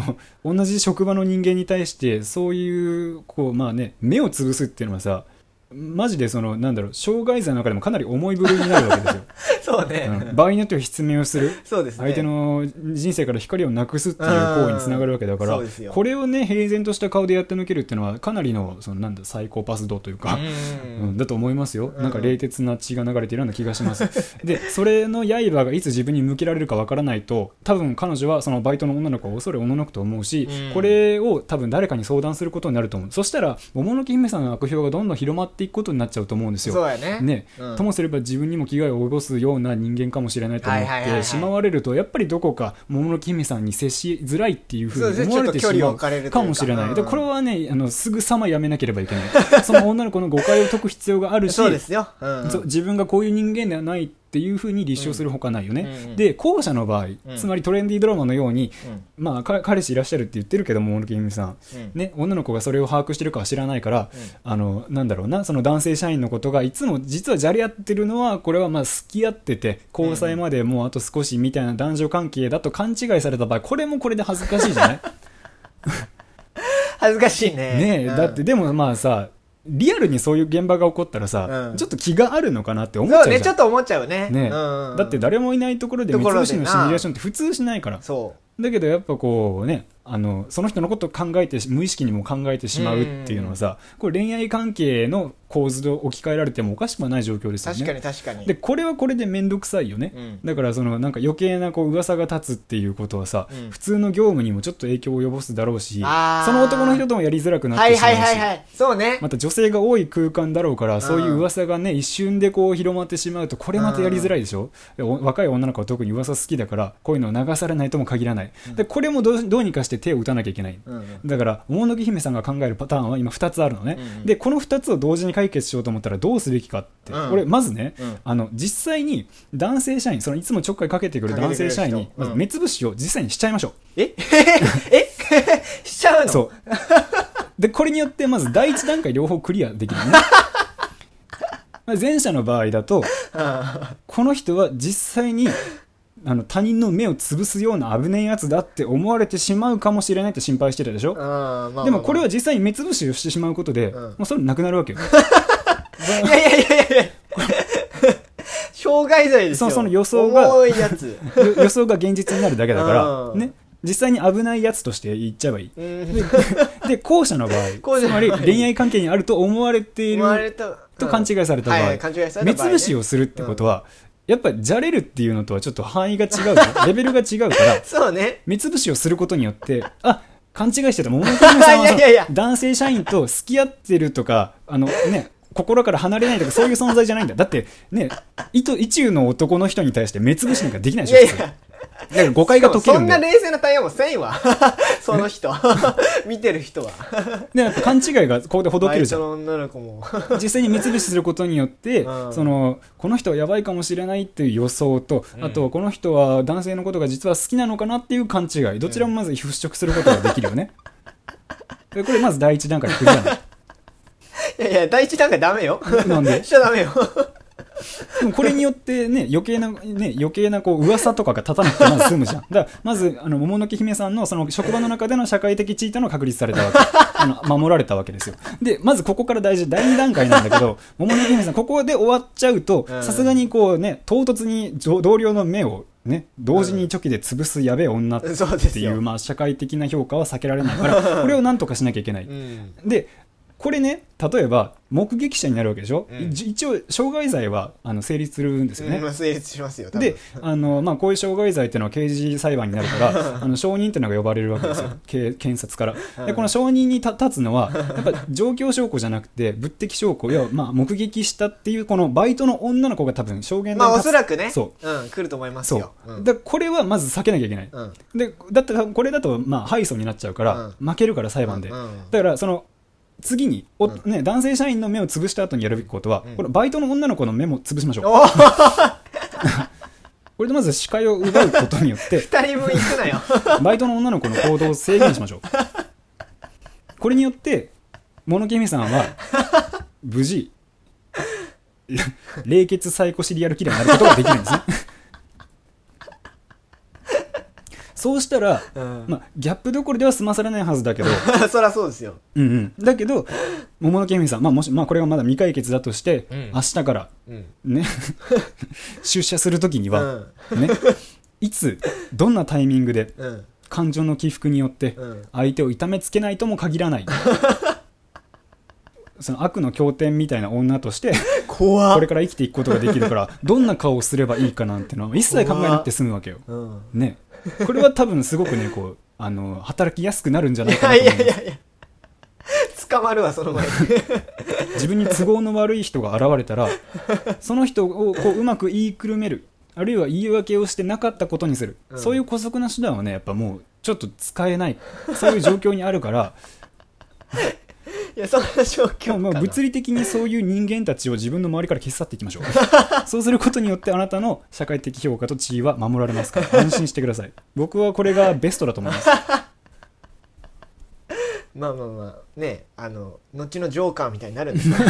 Speaker 3: 同じ職場の人間に対してそういうこうまあね目を潰すっていうのはさ、 マジでそのなんだろう、傷害罪の中でもかなり重い部類になるわけですよ
Speaker 1: そうね、
Speaker 3: 場合によっては失明をする、
Speaker 1: そうですね、
Speaker 3: 相手の人生から光をなくすっていう行為につながるわけだから、これをね平然とした顔でやってのけるっていうのはかなりのそのなんだサイコパス度というか、だと思いますよ。なんか冷徹な血が流れているような気がしますでそれの刃がいつ自分に向けられるかわからないと、多分彼女はそのバイトの女の子を恐れおののくと思うし、これを多分誰かに相談することになると思う。そしたら桃の木姫さんの悪評がどんどん広まっていくことになっちゃうと思うんですよ。
Speaker 1: そうやね、
Speaker 3: ともすれば自分にも危害を及ぼすような人間かもしれないと思ってしまわれると、やっぱりどこか桃の木姫さんに接しづらいっていうふうに思われてしまうかもしれない。でこれはねすぐさまやめなければいけないその女の子の誤解を解く必要があるし、
Speaker 1: そうですよ、
Speaker 3: 自分がこういう人間ではないっていうふうに立証するほかないよね、で後者の場合、つまりトレンディードラマのように、まあ彼氏いらっしゃるって言ってるけども、桃の木姫さん、ね、女の子がそれを把握してるかは知らないから、なんだろうな、その男性社員のことがいつも実はじゃれ合ってるのは、これはまあ付き合ってて交際までもうあと少しみたいな男女関係だと勘違いされた場合、これもこれで恥ずかしいじゃない
Speaker 1: 恥ずかしいね。
Speaker 3: だってでもまあさ、リアルにそういう現場が起こったらさ、ちょっと気があるのかなって思っちゃうじゃん。
Speaker 1: そうね、ちょっと思っちゃうね。
Speaker 3: だって誰もいないところで三つ星のシミュレーションって普通しないから。だけどやっぱこうね、その人のことを考えて無意識にも考えてしまうっていうのはさ、これ恋愛関係の構図を置き換えられてもおかしくはない状況ですよね。
Speaker 1: 確かに確かに。
Speaker 3: でこれはこれで面倒くさいよね、だからそのなんか余計なこう噂が立つっていうことはさ、普通の業務にもちょっと影響を及ぼすだろうし、その男の人ともやりづらくなってしまうし、
Speaker 1: そうね、
Speaker 3: また女性が多い空間だろうから、そういう噂がね一瞬でこう広まってしまうと、これまたやりづらいでしょ。若い女の子は特に噂好きだから、こういうのを流されないとも限らない。でこれもどうにかして手を打たなきゃいけない、だから桃の木姫さんが考えるパターンは今2つあるのね、でこの2つを同時に解決しようと思ったらどうすべきかって、これまずね、実際に男性社員、そのいつもちょっかいかけてくる男性社員にまず目つぶしを実際にしちゃいましょう。
Speaker 1: しちゃうの？
Speaker 3: そうでこれによってまず第一段階両方クリアできるね前者の場合だとこの人は実際に他人の目を潰すような危ないやつだって思われてしまうかもしれないって心配してたでしょ。でもこれは実際に目つぶしをしてしまうことで、もうそれなくなるわけよ
Speaker 1: いや傷害罪ですよ。
Speaker 3: その予想が
Speaker 1: 重いやつ
Speaker 3: 予想が現実になるだけだからね、実際に危ないやつとして言っちゃえばいい。で後者の場合、つまり恋愛関係にあると思われていると勘違いされた場合、目つぶしをするってことは、やっぱりじゃれるっていうのとはちょっと範囲が違うレベルが違うから
Speaker 1: そうね、
Speaker 3: 目つぶしをすることによって、勘違いしてた、桃の木姫さんは男性社員と付き合ってるとか心から離れないとかそういう存在じゃないんだ。だってね、意中の男の人に対して目つぶしなんかできないでしょ。だから誤解が解けるんだよ。
Speaker 1: そんな冷静な対応もせんわその人見てる人は
Speaker 3: でやっぱ勘違いがここでほどけるじゃん。
Speaker 1: 女の子も
Speaker 3: 実際に目つぶしすることによって、この人はやばいかもしれないっていう予想と、あとこの人は男性のことが実は好きなのかなっていう勘違い、どちらもまず払拭することができるよね、これまず第一段階クリアな
Speaker 1: いや第一段階ダメよ。
Speaker 3: なんで？
Speaker 1: しちゃダメよ。
Speaker 3: でもこれによってね、余計なこう噂とかが立たなくてまず済むじゃん。だからまず桃の木姫さんのその職場の中での社会的地位というのが確立されたわけ守られたわけですよ。でまずここから大事、第2段階なんだけど桃の木姫さんここで終わっちゃうと、さすがにこうね、唐突に同僚の目をね、同時にチョキで潰すやべえ女っていう、社会的な評価は避けられないからこれをなんとかしなきゃいけない、でこれね、例えば目撃者になるわけでしょ、一応傷害罪は成立するんですよね、
Speaker 1: 成立しますよ多分。
Speaker 3: でこういう傷害罪っていうのは刑事裁判になるから証人っていうのが呼ばれるわけですよ検察から。でこの証人に立つのはやっぱ状況証拠じゃなくて物的証拠、要は目撃したっていうこのバイトの女の子が多分証言で
Speaker 1: おそらくね、
Speaker 3: 来
Speaker 1: ると思いますよ。
Speaker 3: でこれはまず避けなきゃいけない、でだってこれだと敗訴になっちゃうから、負けるから裁判で、だからその次に男性社員の目を潰した後にやるべきことは、このバイトの女の子の目も潰しましょうこれでまず視界を奪うことによって
Speaker 1: 2人分いくなよ
Speaker 3: バイトの女の子の行動を制限しましょう。これによって物木美さんは無事冷血サイコシリアルキラーになることができるんですねそうしたら、まあ、ギャップどころでは済まされないはずだけど
Speaker 1: そりゃそうですよ、
Speaker 3: だけど桃のケミさん、もし、これがまだ未解決だとして、明日からね出社するときには、ね、いつどんなタイミングで、感情の起伏によって相手を痛めつけないとも限らない、その悪の経典みたいな女としてこれから生きていくことができるからどんな顔をすればいいかなんてのは一切考えなくて済むわけよ、ね、これは多分すごくねこう働きやすくなるんじゃないかなと思います。いや
Speaker 1: 捕まるわその前に
Speaker 3: 自分に都合の悪い人が現れたらその人をこううまく言いくるめる、あるいは言い訳をしてなかったことにする、そういう姑息な手段はねやっぱもうちょっと使えない、そういう状況にあるから
Speaker 1: いやそんな状況かな、
Speaker 3: 物理的にそういう人間たちを自分の周りから消し去っていきましょうそうすることによってあなたの社会的評価と地位は守られますから安心してください。僕はこれがベストだと思います
Speaker 1: まあね、後のジョーカーみたいになるんですよ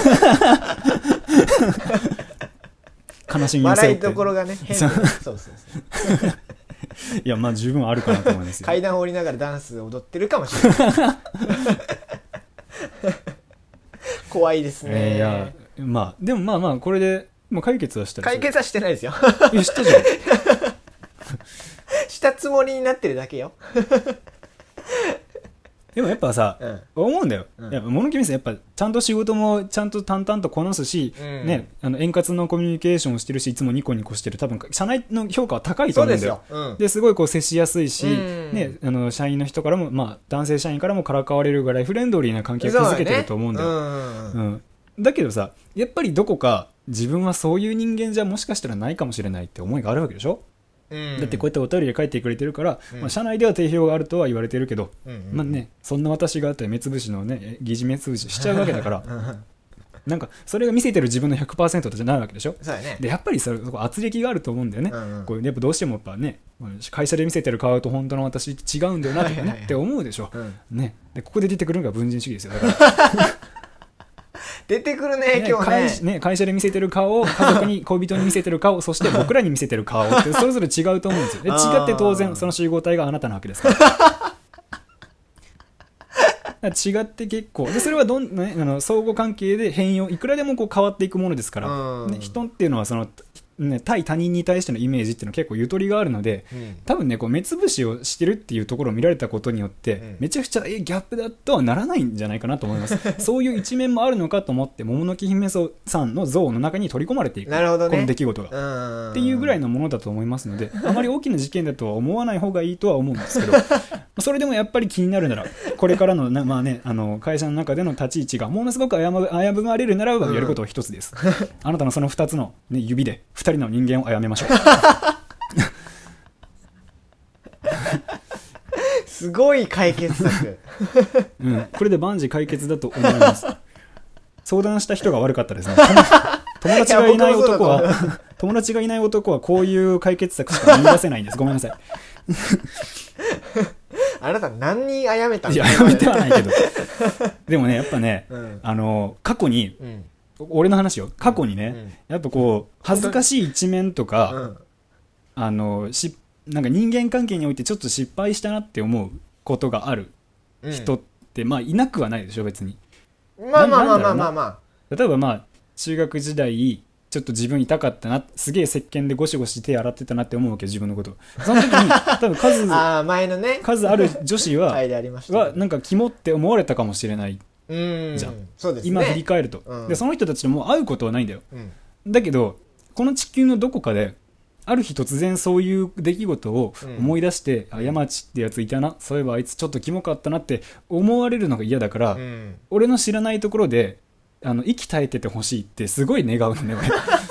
Speaker 3: 悲しみを背負って
Speaker 1: 笑いどころがね変で、そう
Speaker 3: いやまあ十分あるかなと思いますよ。
Speaker 1: 階段を降りながらダンス踊ってるかもしれない怖いですね。
Speaker 3: いやまあでもまあこれでもう解決はした
Speaker 1: 解決はしてないですよ
Speaker 3: いやしたじゃん
Speaker 1: したつもりになってるだけよ
Speaker 3: でもやっぱさ、思うんだよ、やっぱ物決めさんやっぱちゃんと仕事もちゃんと淡々とこなすし、ね、円滑なコミュニケーションをしてるしいつもニコニコしてる、多分社内の評価は高いと思うんだよ。ですごいこう接しやすいし、ね、社員の人からも、男性社員からもからかわれるぐらいフレンドリーな関係を築けてると思うんだよ、だけどさやっぱりどこか自分はそういう人間じゃもしかしたらないかもしれないって思いがあるわけでしょ。だってこうやってお便りで書いてくれてるから、社内では定評があるとは言われてるけど、そんな私があったら目つぶしのね疑似目つぶししちゃうわけだからなんかそれが見せてる自分の 100% じゃないわけでしょ。
Speaker 1: そうだね。
Speaker 3: でやっぱりそこ圧力があると思うんだよね、こうやっぱどうしてもやっぱね会社で見せてる顔と本当の私違うんだよなとかねって思うでしょ、ね、でここで出てくるのが文人主義ですよ。だから
Speaker 1: 出てくるね今日ね。
Speaker 3: 会社で見せてる顔を家族に恋人に見せてる顔そして僕らに見せてる顔ってそれぞれ違うと思うんですよ。で違って当然その集合体があなたなわけですから違って結構でそれは相互関係で変容いくらでもこう変わっていくものですから、人っていうのはその対他人に対してのイメージっていうのは結構ゆとりがあるので、多分ねこう目つぶしをしてるっていうところを見られたことによって、めちゃくちゃギャップだとはならないんじゃないかなと思いますそういう一面もあるのかと思って桃の木姫さんの像の中に取り込まれていく、
Speaker 1: なるほどね、
Speaker 3: この出来事がっていうぐらいのものだと思いますのであまり大きな事件だとは思わない方がいいとは思うんですけどそれでもやっぱり気になるならこれからの、会社の中での立ち位置がものすごく危ぶまれるならばやることは一つです、あなたのその2つの、指で2人の人間を殺めましょう
Speaker 1: すごい解決策、
Speaker 3: これで万事解決だと思います相談した人が悪かったですね友達がいない男はこういう解決策しか見出せないんです。ごめんなさい
Speaker 1: あなた何人殺めたん
Speaker 3: ですか。いや殺めてはないけどでもねやっぱね、過去に、俺の話よ過去にね、やっぱこう恥ずかしい一面とか、なんか人間関係においてちょっと失敗したなって思うことがある人って、いなくはないでしょ別に。例えば中学時代ちょっと自分痛かったな、すげえ石鹸でゴシゴシ手洗ってたなって思うわけ自分のこと。その時に多分
Speaker 1: 前のね
Speaker 3: 数ある女子は
Speaker 1: なん
Speaker 3: かキモって思われたかもしれないじゃん。
Speaker 1: そうですね、
Speaker 3: 今振り返ると、でその人たちともう会うことはないんだよ、だけどこの地球のどこかである日突然そういう出来事を思い出して、山地ってやついたな、そういえばあいつちょっとキモかったなって思われるのが嫌だから、俺の知らないところで息絶えててほしいってすごい願うのね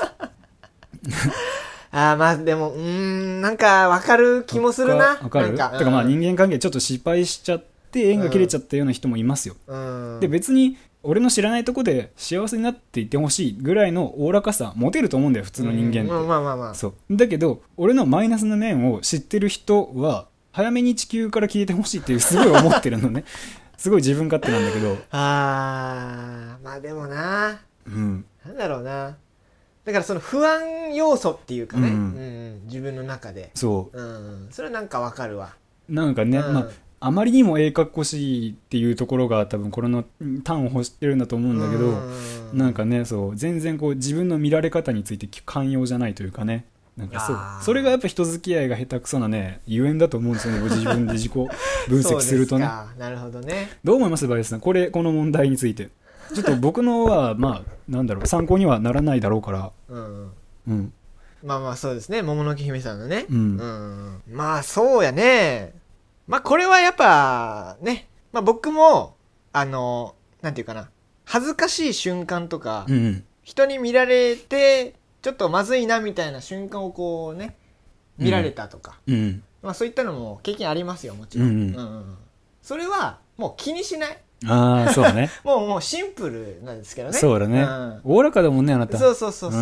Speaker 1: 俺でもなんか分かる気もするな。
Speaker 3: 分かる。だから人間関係ちょっと失敗しちゃって縁が切れちゃったような人もいますよ、で別に俺の知らないとこで幸せになっていてほしいぐらいのおおらかさ持てると思うんだよ普通の人間って、そうだけど俺のマイナスな面を知ってる人は早めに地球から消えてほしいっていうすごい思ってるのねすごい自分勝手なんだけど、
Speaker 1: でもな、なんだろうな、 だからその不安要素っていうかね、自分の中で
Speaker 2: そう、
Speaker 1: それはなんかわかるわ。
Speaker 2: なんかね、あまりにもかっこしいっていうところが多分これの端を欲してるんだと思うんだけど、なんかね、そう全然こう自分の見られ方について寛容じゃないというかね、なんかそれがやっぱ人付き合いが下手くそなねゆえんだと思うんですよね。自分で自己分析するとね。
Speaker 1: なるほどね。
Speaker 2: どう思いますバイアスさん、この問題について。ちょっと僕のはまあなんだろう、参考にはならないだろうから、
Speaker 1: まあまあそうですね、桃の木姫さんのね、まあそうやね。まあこれはやっぱね、まあ僕もなんていうかな、恥ずかしい瞬間とか、人に見られてちょっとまずいなみたいな瞬間をこうね見られたとか、まあそういったのも経験ありますよ、もちろん。それはもう気にしない。
Speaker 2: ああそうだね。
Speaker 1: もうシンプルなんですけどね。
Speaker 2: そうだね。おおらかだもんねあなた。
Speaker 1: そう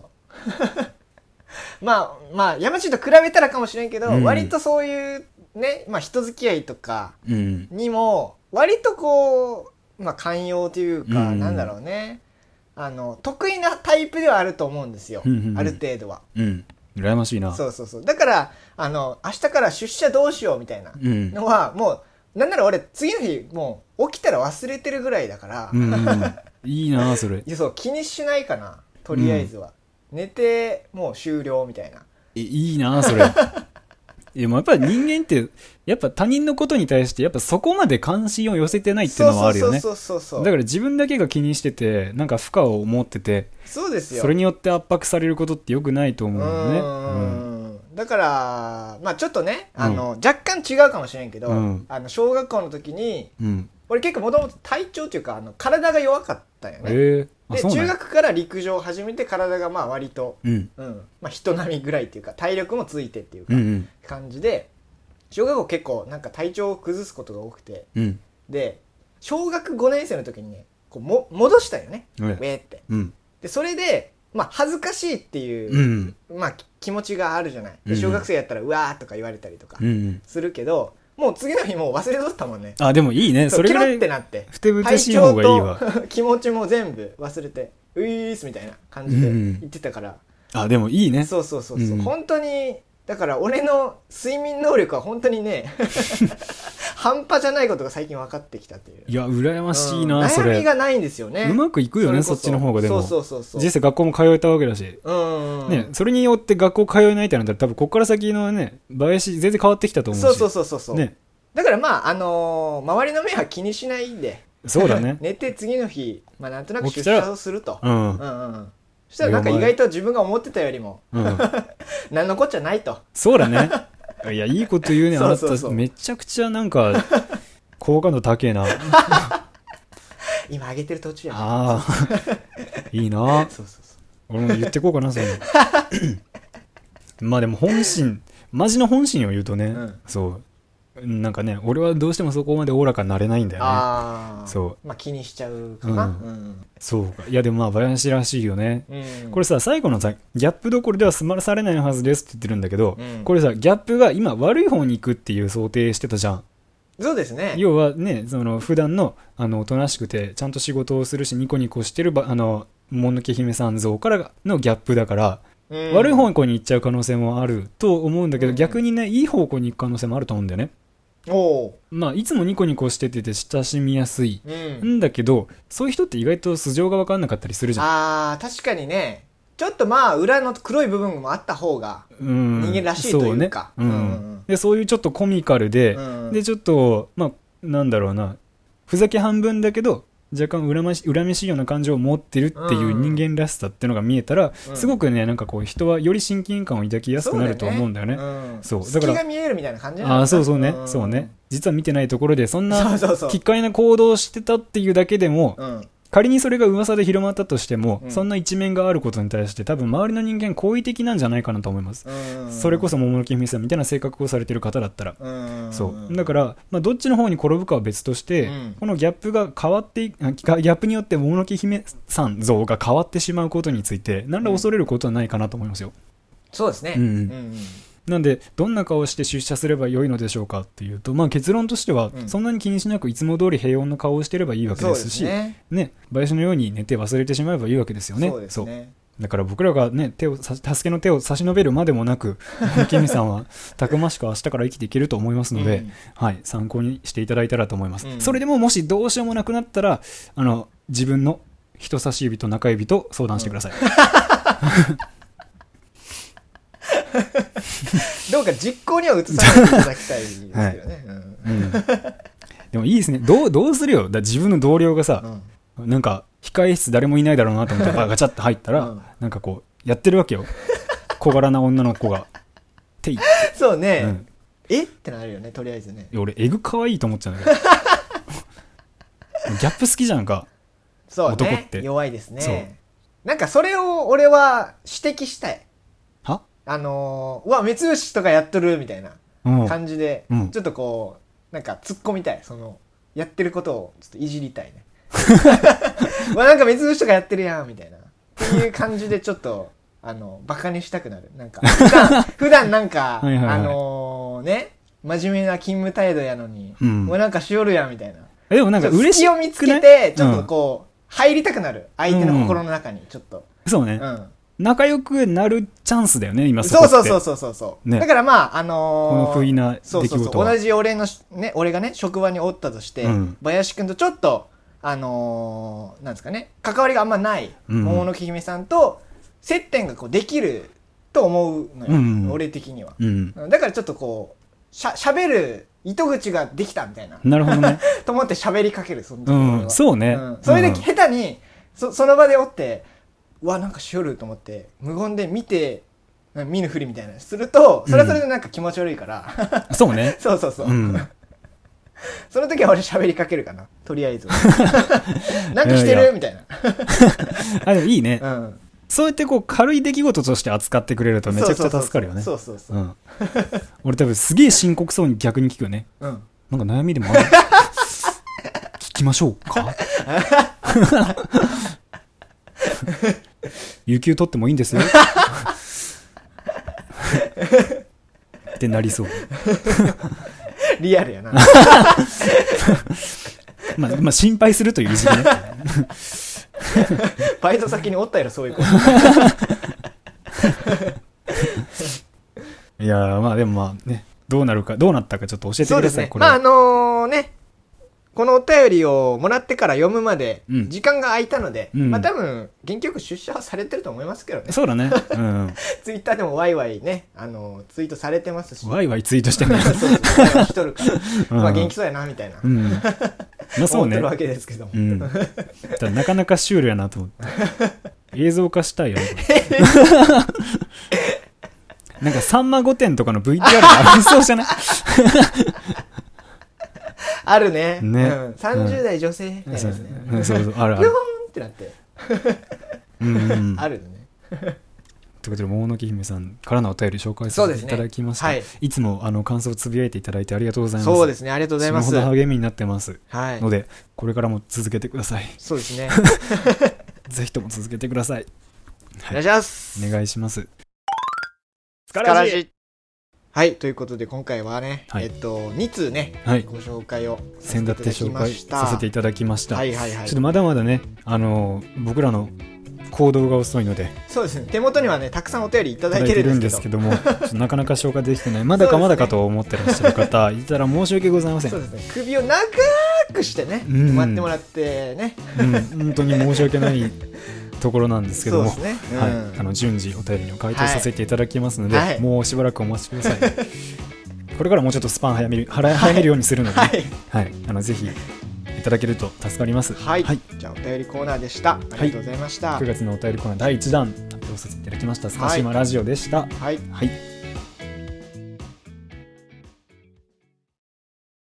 Speaker 1: まあ山地と比べたらかもしれんけど、割とそういうね、まあ人付き合いとかにも割とこう、まあ寛容というか、なんだろうね、得意なタイプではあると思うんですよ、ある程度は。
Speaker 2: 羨ましいな。
Speaker 1: そうだから明日から出社どうしようみたいなのは、もうなんなら俺次の日もう起きたら忘れてるぐらいだから、
Speaker 2: いいなそれ。
Speaker 1: いやそう気にしないかな、とりあえずは、寝てもう終了みたいな。
Speaker 2: いいなそれ。でもやっぱり人間ってやっぱ他人のことに対してやっぱそこまで関心を寄せてないっていうのはあるよね。だから自分だけが気にしててなんか負荷を持ってて、
Speaker 1: そうですよ、
Speaker 2: それによって圧迫されることってよくないと思うよ
Speaker 1: ね。だからまあちょっとね、若干違うかもしれんけど、小学校の時に、俺結構もともと体調っていうか体が弱かったよね。で中学から陸上を始めて体がまあ割と、まあ、人並みぐらいっていうか体力もついてっていうか、感じで小学校結構なんか体調を崩すことが多くて、で小学5年生の時にねこう戻したよね、ウェーって、でそれでまあ恥ずかしいっていう、まあ気持ちがあるじゃない。で小学生やったらうわーとか言われたりとかするけど、もう次の日もう忘れとったもんね。
Speaker 2: あでもいいね、それぐらい
Speaker 1: ってなって
Speaker 2: ふてぶてしい方がいいわ。
Speaker 1: 気持ちも全部忘れてウィースみたいな感じで言ってたから、
Speaker 2: あでもいいね。
Speaker 1: そう、本当にだから俺の睡眠能力は本当にね半端じゃないことが最近分かってきたっていう。
Speaker 2: いや羨ましいな、それ。
Speaker 1: 悩みがないんですよね。
Speaker 2: うまくいくよね、そっちの方が。でも
Speaker 1: そう
Speaker 2: 実際学校も通えたわけだし、ね、それによって学校通えないってなったら多分こっから先のね林全然変わってきたと思うし。
Speaker 1: そう、ね、だからまあ周りの目は気にしないで、
Speaker 2: そうだね
Speaker 1: 寝て次の日、まあ、なんとなく出社をすると、そしたらなんか意外と自分が思ってたよりも、何のこっちゃないと。
Speaker 2: そうだね。いやいいこと言うね、あなた。めちゃくちゃなんか好感度高えな。
Speaker 1: 今上げてる途中やね。
Speaker 2: ああいいな。俺も言ってこうかなそれ。まあでもマジの本心を言うとね、そうなんかね、俺はどうしてもそこまでおおらかになれないんだよね。
Speaker 1: そうまあ気にしちゃうかな。
Speaker 2: そうか。いやでもまあ林らしいよね。これさ最後のさギャップどころでは済まされないはずですって言ってるんだけど、これさギャップが今悪い方に行くっていう想定してたじゃん。
Speaker 1: そうですね。
Speaker 2: 要はね、その普段のおとなしくてちゃんと仕事をするしニコニコしてるものけ姫さん像からのギャップだから、悪い方向に行っちゃう可能性もあると思うんだけど、逆にねいい方向に行く可能性もあると思うんだよね。まあいつもニコニコしてて親しみやすい、んだけどそういう人って意外と素性が分かんなかったりするじゃん。
Speaker 1: 確かにね。ちょっとまあ裏の黒い部分もあった方が人間らしいというか、でそういうちょっとコミカルで、でちょっとまあなんだろうな、ふざけ半分だけど若干恨めしいような感情を持ってるっていう人間らしさっていうのが見えたら、すごくねなんかこう人はより親近感を抱きやすくなると思うんだよね。 そうだから隙が見えるみたいな感じなのかな。
Speaker 2: そうね、実は見てないところでそんな奇怪な行動をしてたっていうだけでも、仮にそれが噂で広まったとしても、そんな一面があることに対して多分周りの人間好意的なんじゃないかなと思います。それこそ桃の木姫さんみたいな性格をされてる方だったら、そうだから、まあ、どっちの方に転ぶかは別として、このギャップが変わってギャップによって桃の木姫さん像が変わってしまうことについて何ら恐れることはないかなと思いますよ。
Speaker 1: そうですね。
Speaker 2: なんでどんな顔をして出社すればよいのでしょうかっていうと、まあ、結論としては、そんなに気にしなくいつも通り平穏な顔をしてればいいわけですし、ね、林のように寝て忘れてしまえばいいわけですよね。
Speaker 1: そうですね。
Speaker 3: だから僕らがね助けの手を差し伸べるまでもなくキミさんはたくましく明日から生きていけると思いますので、はい、参考にしていただいたらと思います、それでももしどうしようもなくなったら自分の人差し指と中指と相談してください、
Speaker 1: どうか実行には移さないでいただきたいですけどね、はい
Speaker 3: でもいいですね。どうするよ。自分の同僚がさ、なんか控え室誰もいないだろうなと思ってガチャッと入ったら、なんかこうやってるわけよ。小柄な女の子がてい
Speaker 1: そうね、えってなるよね、とりあえずね。
Speaker 3: 俺エグ可愛いと思っちゃうんだけどギャップ好きじゃんか。
Speaker 1: そうね、
Speaker 3: 男って
Speaker 1: 弱いですね。なんかそれを俺は指摘したい。
Speaker 3: は
Speaker 1: うわ目つぶしとかやっとるみたいな感じで、ちょっとこうなんか突っ込みたい。やってることをちょっといじりたいねうわなんか目つぶしとかやってるやんみたいなっていう感じでちょっとバカにしたくなる。なんか普段なんかね真面目な勤務態度やのに、もうなんかしよるやんみたいな。
Speaker 3: でもなんか嬉しい。
Speaker 1: 隙を見つけてちょっとこう、入りたくなる。相手の心の中にちょっと。
Speaker 3: そうね。仲良くなるチャンスだよね、今そこって。
Speaker 1: そう、ね、だからまあこ
Speaker 3: の不意な出来事は
Speaker 1: そう同じ俺がね職場におったとして、林くんとちょっとなんですかね、関わりがあんまない桃の木姫さんと接点がこうできると思うのよ、俺的には、だからちょっとこうしゃべる糸口ができたみたいな。
Speaker 3: なるほどね
Speaker 1: と思って喋りかける。
Speaker 3: そうね、
Speaker 1: それで下手にその場でおってうわなんかしよると思って無言で見ぬふりみたいなすると、それはそれでなんか気持ち悪いから、
Speaker 3: そうね
Speaker 1: そう、その時は俺喋りかけるかな、とりあえずなんかしてるみたいな
Speaker 3: でもいいね、そうやってこう軽い出来事として扱ってくれるとめちゃくちゃ助かるよね。俺多分すげえ深刻そうに逆に聞くよね、なんか悩みでもある聞きましょうか有給取ってもいいんですよってなりそう
Speaker 1: リアルやな
Speaker 3: まあ心配するといういじりね
Speaker 1: バイト先におったやろそういうこと
Speaker 3: いやまあでもまあねどうなったかちょっと教えてください。
Speaker 1: そうですね、
Speaker 3: これ
Speaker 1: このお便りをもらってから読むまで時間が空いたので、まあ多分元気よく出社はされてると思いますけどね。
Speaker 3: そうだね、
Speaker 1: ツイッターでもワイワイねツイートされてますし、
Speaker 3: ワイワイツイートしてね
Speaker 1: そうワイワイしとるから、まあ元気そうやなみたいな、
Speaker 3: まあそうね、
Speaker 1: 思ってるわけですけども、
Speaker 3: ただなかなかシュールやなと思って映像化したいよねなんかさんま御殿とかの VTR がありそうじゃない
Speaker 1: あるね。30代女性みたいなやつね。
Speaker 3: そうあるある。
Speaker 1: ピョーンってなって。あるね。
Speaker 3: ということで桃の木姫さんからのお便り紹介させていただきました。いつも感想をつぶやいていただいてありがとうございます。
Speaker 1: そうですね、ありがとうございます。
Speaker 3: 死ぬほど励みになってますので、これからも続けてください。
Speaker 1: そうですね。
Speaker 3: ぜひとも続けてください。
Speaker 1: お願いします。
Speaker 3: お願いします。
Speaker 1: スカラジ。はい、ということで今回はね、2通ね、ご紹介を
Speaker 3: 先立って紹介させていただきました。ちょっと
Speaker 1: ま
Speaker 3: だまだね、僕らの行動が遅いので、
Speaker 1: そうですね、手元にはねたくさんお便りいただいてるんですけども
Speaker 3: なかなか消化できてない、まだかと思ってらっしゃる方いたら申し訳ございません。
Speaker 1: そうですね、首を長くしてね、待ってもらってね、
Speaker 3: 本当に申し訳ないところなんですけども、順次お便りを回答させていただきますので、もうしばらくお待ちください。これからもうちょっとスパン早めるようにするので、ぜひいただけると助かります。
Speaker 1: じゃあお便りコーナーでした。ありがとうございました。
Speaker 3: 9月のお便りコーナー第1弾発表させていただきましたスカシマラジオでした。